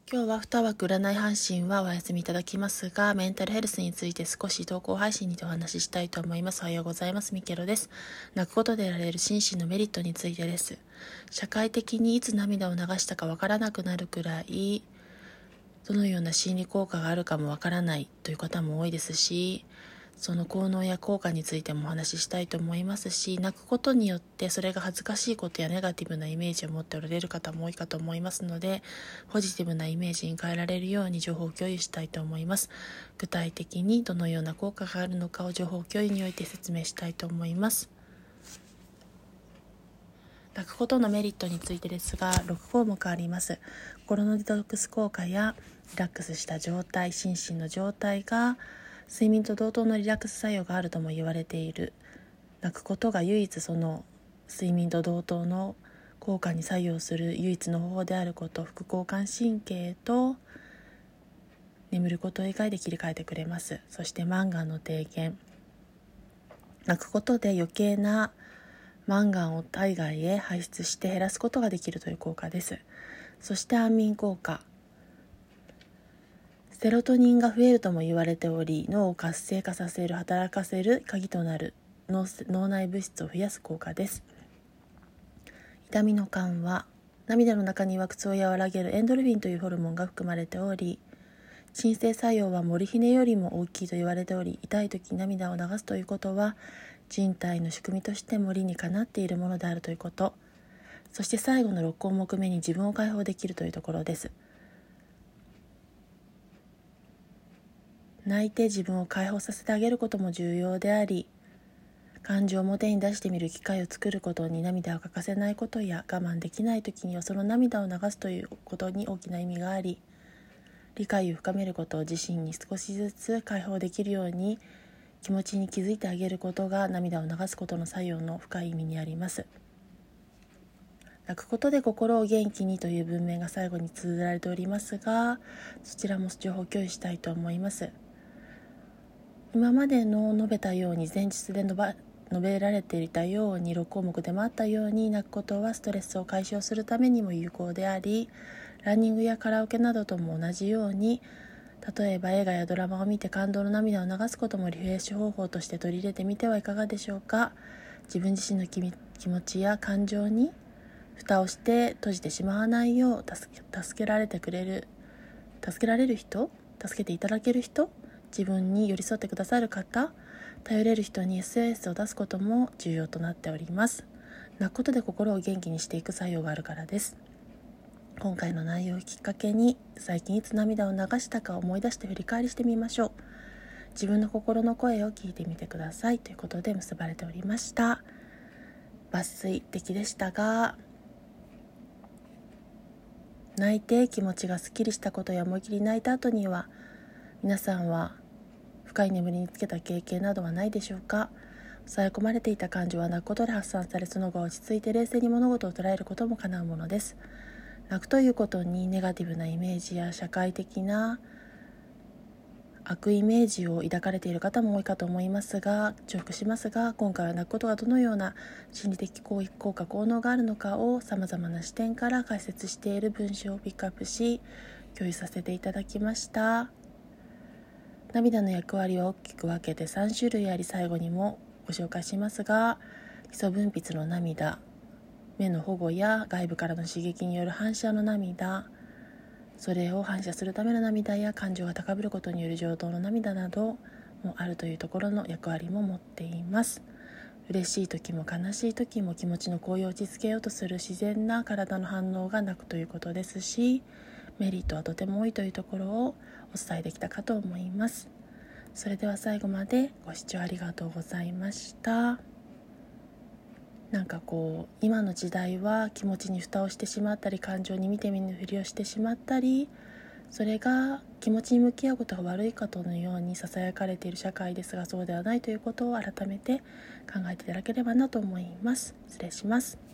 今日は2枠占い配信はお休みいただきますが、メンタルヘルスについて少し投稿配信にてお話ししたいと思います。おはようございます。ミケロです。泣くことで得られる心身のメリットについてです。社会的にいつ涙を流したかわからなくなるくらい、どのような心理効果があるかもわからないという方も多いですし、その効能や効果についてもお話ししたいと思いますし、泣くことによってそれが恥ずかしいことやネガティブなイメージを持っておられる方も多いかと思いますので、ポジティブなイメージに変えられるように情報を共有したいと思います。具体的にどのような効果があるのかを情報共有において説明したいと思います。泣くことのメリットについてですが、6項目あります。心のデトックス効果やリラックスした状態、心身の状態が睡眠と同等のリラックス作用があるとも言われている。泣くことが唯一その睡眠と同等の効果に作用する唯一の方法であること、副交感神経と眠ること以外で切り替えてくれます。そしてマンガンの低減。泣くことで余計なマンガンを体外へ排出して減らすことができるという効果です。そして安眠効果。セロトニンが増えるとも言われており、脳を活性化させる、働かせる鍵となる脳内物質を増やす効果です。痛みの緩和。涙の中には苦痛を和らげるエンドルフィンというホルモンが含まれており、鎮静作用はモルヒネよりも大きいと言われており、痛い時に涙を流すということは人体の仕組みとしても理にかなっているものであるということ。そして最後の6項目目に自分を解放できるというところです。泣いて自分を解放させてあげることも重要であり、感情を表に出してみる機会を作ることに涙を欠かせないことや、我慢できない時にはその涙を流すということに大きな意味があり、理解を深めることを自身に少しずつ解放できるように気持ちに気づいてあげることが涙を流すことの作用の深い意味にあります。泣くことで心を元気にという文明が最後に綴られておりますが、そちらも情報共有したいと思います。今までの述べたように、前日で述べられていたように6項目でもあったように、泣くことはストレスを解消するためにも有効であり、ランニングやカラオケなどとも同じように、例えば映画やドラマを見て感動の涙を流すこともリフレッシュ方法として取り入れてみてはいかがでしょうか。自分自身の気持ちや感情に蓋をして閉じてしまわないよう、助けられる人、助けていただける人、自分に寄り添ってくださる方、頼れる人に SOS を出すことも重要となっております。泣くことで心を元気にしていく作用があるからです。今回の内容をきっかけに、最近いつ涙を流したか思い出して振り返りしてみましょう。自分の心の声を聞いてみてくださいということで結ばれておりました。抜粋的でしたが、泣いて気持ちがすっきりしたことや思い切り泣いた後には、皆さんは深い眠りにつけた経験などはないでしょうか。抑え込まれていた感情は泣くことで発散され、その後落ち着いて冷静に物事を捉えることも叶うものです。泣くということにネガティブなイメージや社会的な悪イメージを抱かれている方も多いかと思いますが、重複しますが、今回は泣くことがどのような心理的効果効能があるのかをさまざまな視点から解説している文章をピックアップし共有させていただきました。涙の役割は大きく分けて3種類あり、最後にもご紹介しますが、基礎分泌の涙、目の保護や外部からの刺激による反射の涙、それを反射するための涙や感情が高ぶることによる情動の涙などもあるというところの役割も持っています。嬉しい時も悲しい時も気持ちの高揚を落ち着けようとする自然な体の反応が泣くということですし、メリットはとても多いというところをお伝えできたかと思います。それでは最後までご視聴ありがとうございました。今の時代は気持ちに蓋をしてしまったり、感情に見て見ぬふりをしてしまったり、それが気持ちに向き合うことが悪いかとのようにささやかれている社会ですが、そうではないということを改めて考えていただければなと思います。失礼します。